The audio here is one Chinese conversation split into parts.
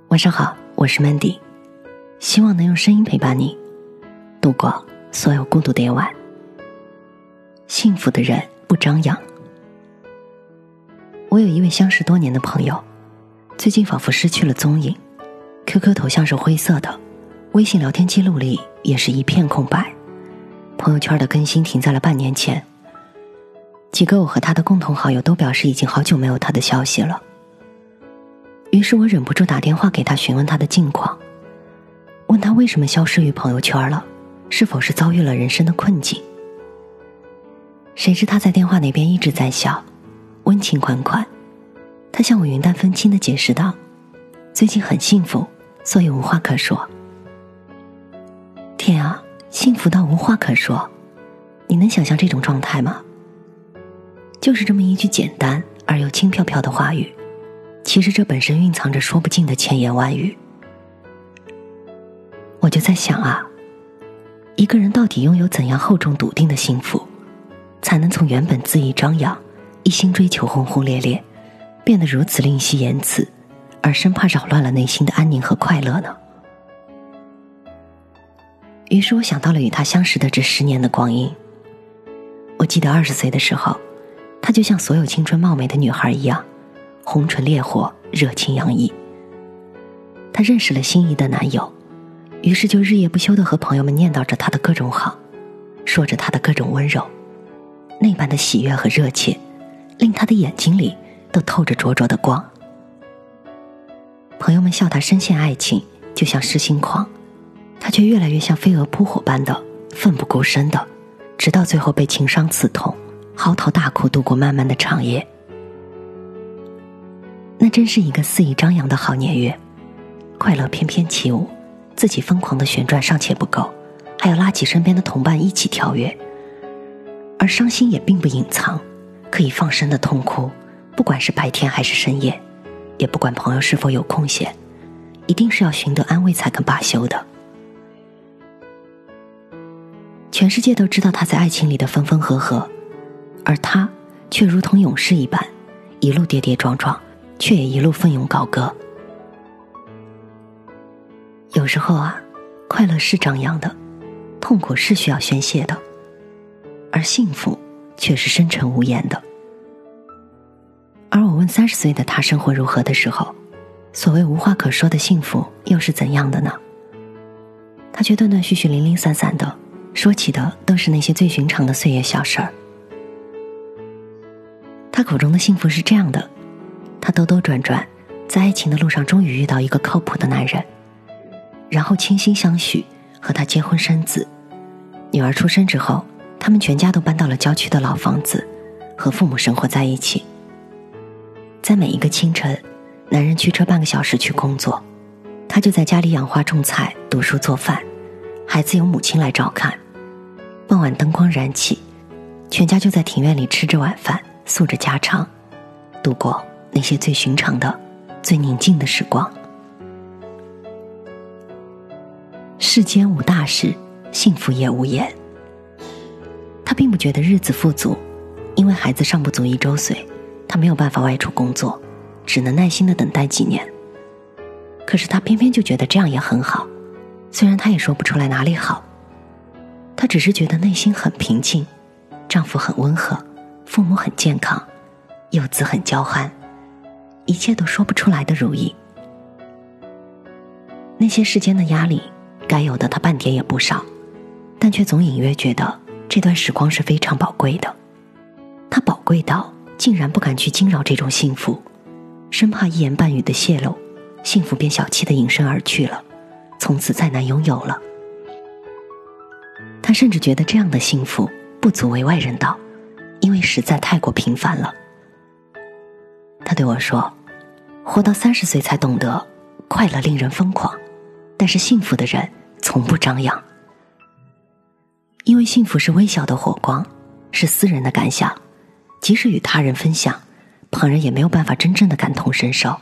晚上好，我是 Mandy， 希望能用声音陪伴你度过所有孤独的夜晚。幸福的人不张扬。我有一位相识多年的朋友，最近仿佛失去了踪影， QQ 头像是灰色的，微信聊天记录里也是一片空白，朋友圈的更新停在了半年前。几个我和他的共同好友都表示已经好久没有他的消息了。于是我忍不住打电话给他询问他的近况，问他为什么消失于朋友圈了，是否是遭遇了人生的困境。谁知他在电话那边一直在笑，温情款款。他向我云淡风轻地解释道，最近很幸福，所以无话可说。天啊，幸福到无话可说，你能想象这种状态吗？就是这么一句简单而又轻飘飘的话语，其实这本身蕴藏着说不尽的千言万语。我就在想啊，一个人到底拥有怎样厚重笃定的幸福，才能从原本恣意张扬，一心追求轰轰烈烈，变得如此吝惜言辞，而生怕扰乱了内心的安宁和快乐呢？于是我想到了与他相识的这10年的光阴。我记得20岁的时候，她就像所有青春貌美的女孩一样，红唇烈火，热情洋溢。她认识了心仪的男友，于是就日夜不休地和朋友们念叨着他的各种好，说着他的各种温柔。那般的喜悦和热切，令他的眼睛里都透着灼灼的光。朋友们笑他深陷爱情，就像失心狂，他却越来越像飞蛾扑火般的奋不顾身的，直到最后被情伤刺痛，嚎啕大哭度过漫漫的长夜。那真是一个肆意张扬的好年月，快乐翩翩起舞，自己疯狂的旋转尚且不够，还要拉起身边的同伴一起跳跃。而伤心也并不隐藏，可以放声的痛哭，不管是白天还是深夜，也不管朋友是否有空闲，一定是要寻得安慰才肯罢休的。全世界都知道他在爱情里的分分合合，而他却如同勇士一般，一路跌跌撞撞，却也一路奋勇高歌。有时候啊，快乐是张扬的，痛苦是需要宣泄的，而幸福却是深沉无言的。而我问30岁的他生活如何的时候，所谓无话可说的幸福又是怎样的呢？他却断断续续零零散散的说起的都是那些最寻常的岁月小事儿。他口中的幸福是这样的，他兜兜转转，在爱情的路上终于遇到一个靠谱的男人，然后倾心相许，和他结婚生子。女儿出生之后，他们全家都搬到了郊区的老房子，和父母生活在一起。在每一个清晨，男人驱车半个小时去工作，他就在家里养花种菜，读书做饭，孩子由母亲来照看。傍晚灯光燃起，全家就在庭院里吃着晚饭，诉着家常，度过那些最寻常的、最宁静的时光。世间无大事，幸福也无言。他并不觉得日子富足，因为孩子尚不足1周岁，他没有办法外出工作，只能耐心地等待几年。可是他偏偏就觉得这样也很好，虽然他也说不出来哪里好，他只是觉得内心很平静，丈夫很温和，父母很健康，幼子很娇憨，一切都说不出来的如意。那些世间的压力，该有的他半点也不少，但却总隐约觉得这段时光是非常宝贵的。他宝贵到竟然不敢去惊扰这种幸福，生怕一言半语的泄露，幸福便小气地隐身而去了，从此再难拥有了。他甚至觉得这样的幸福不足为外人道，因为实在太过平凡了。他对我说，活到30岁才懂得，快乐令人疯狂，但是幸福的人从不张扬。因为幸福是微小的火光，是私人的感想，即使与他人分享，旁人也没有办法真正的感同身受。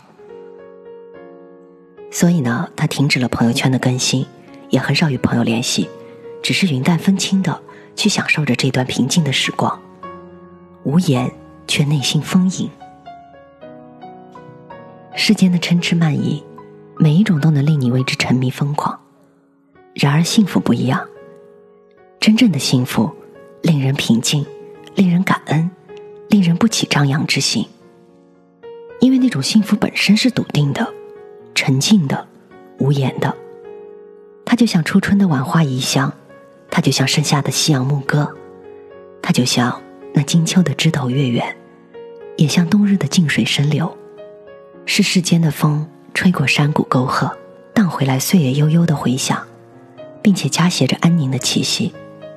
所以呢，他停止了朋友圈的更新，也很少与朋友联系，只是云淡风轻的去享受着这段平静的时光，无言却内心丰盈。世间的嗔痴慢疑， 每一种都能令你为之沉迷疯狂。然而幸福不一样，真正的幸福令人平静，令人感恩，令人不起张扬之心。因为那种幸福本身是笃定的、沉静的、无言的。它就像初春的晚花移香，它就像盛夏的夕阳牧歌，它就像那金秋的枝头月圆，也像冬日的静水深流。是世间的风吹过山谷沟壑，荡回来岁月悠悠的回响，并且夹挟着安宁的气息。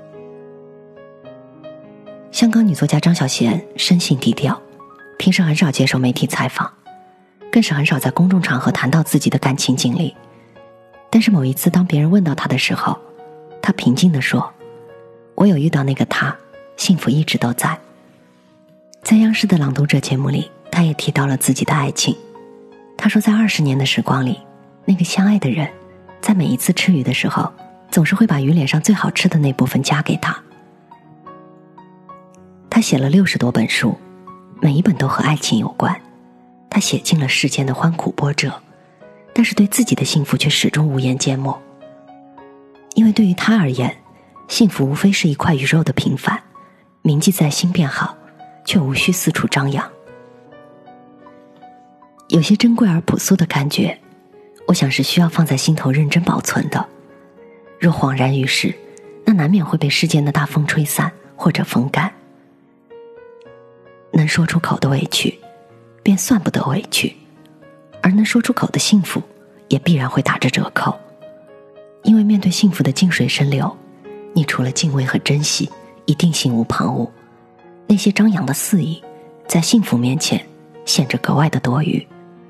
香港女作家张小娴生性低调，平时很少接受媒体采访，更是很少在公众场合谈到自己的感情经历。但是某一次当别人问到她的时候，她平静地说，我有遇到那个他，幸福一直都在。在央视的朗读者节目里，她也提到了自己的爱情。她说在20年的时光里，那个相爱的人在每一次吃鱼的时候，总是会把鱼脸上最好吃的那部分夹给他。他写了60多本书，每一本都和爱情有关。他写尽了世间的欢苦波折，但是对自己的幸福却始终无言缄默。因为对于他而言，幸福无非是一块鱼肉的平凡，铭记在心便好，却无需四处张扬。有些珍贵而朴素的感觉，我想是需要放在心头认真保存的。若恍然于世，那难免会被世间的大风吹散或者风干。能说出口的委屈便算不得委屈，而能说出口的幸福也必然会打着折扣。因为面对幸福的静水深流，你除了敬畏和珍惜，一定心无旁骛。那些张扬的肆意，在幸福面前显着格外的多余。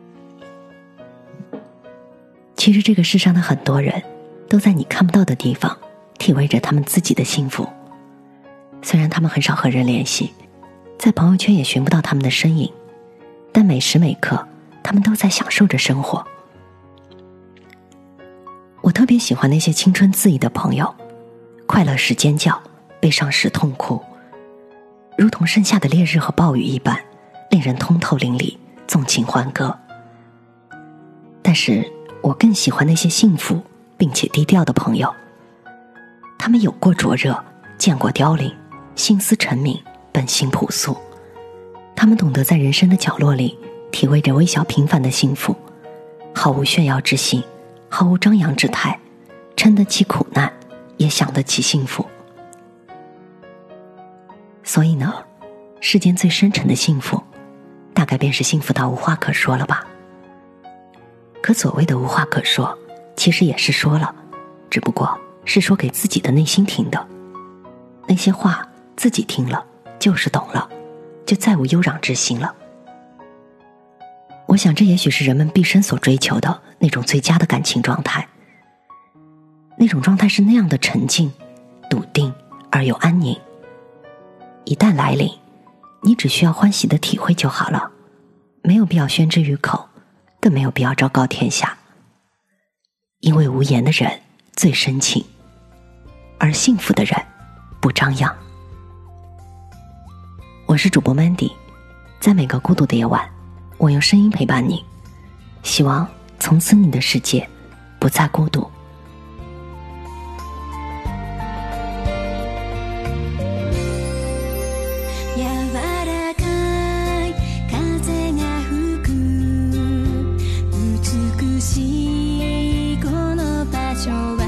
其实这个世上的很多人都在你看不到的地方体味着他们自己的幸福。虽然他们很少和人联系，在朋友圈也寻不到他们的身影，但每时每刻他们都在享受着生活。我特别喜欢那些青春恣意的朋友，快乐时尖叫，悲伤时痛哭，如同盛夏的烈日和暴雨一般，令人通透淋漓，纵情欢歌。但是我更喜欢那些幸福并且低调的朋友，他们有过灼热，见过凋零，心思澄明，本性朴素。他们懂得在人生的角落里体味着微小平凡的幸福，毫无炫耀之心，毫无张扬之态，撑得起苦难，也享得起幸福。所以呢，世间最深沉的幸福，大概便是幸福到无话可说了吧。可所谓的无话可说，其实也是说了，只不过是说给自己的内心听的。那些话自己听了就是懂了，就再无悠攘之心了。我想这也许是人们毕生所追求的那种最佳的感情状态。那种状态是那样的沉静、笃定而又安宁。一旦来临，你只需要欢喜的体会就好了，没有必要宣之于口，更没有必要昭告天下。因为无言的人最深情，而幸福的人不张扬。我是主播 Mandy， 在每个孤独的夜晚，我用声音陪伴你，希望从此你的世界不再孤独。 美しいこの場所は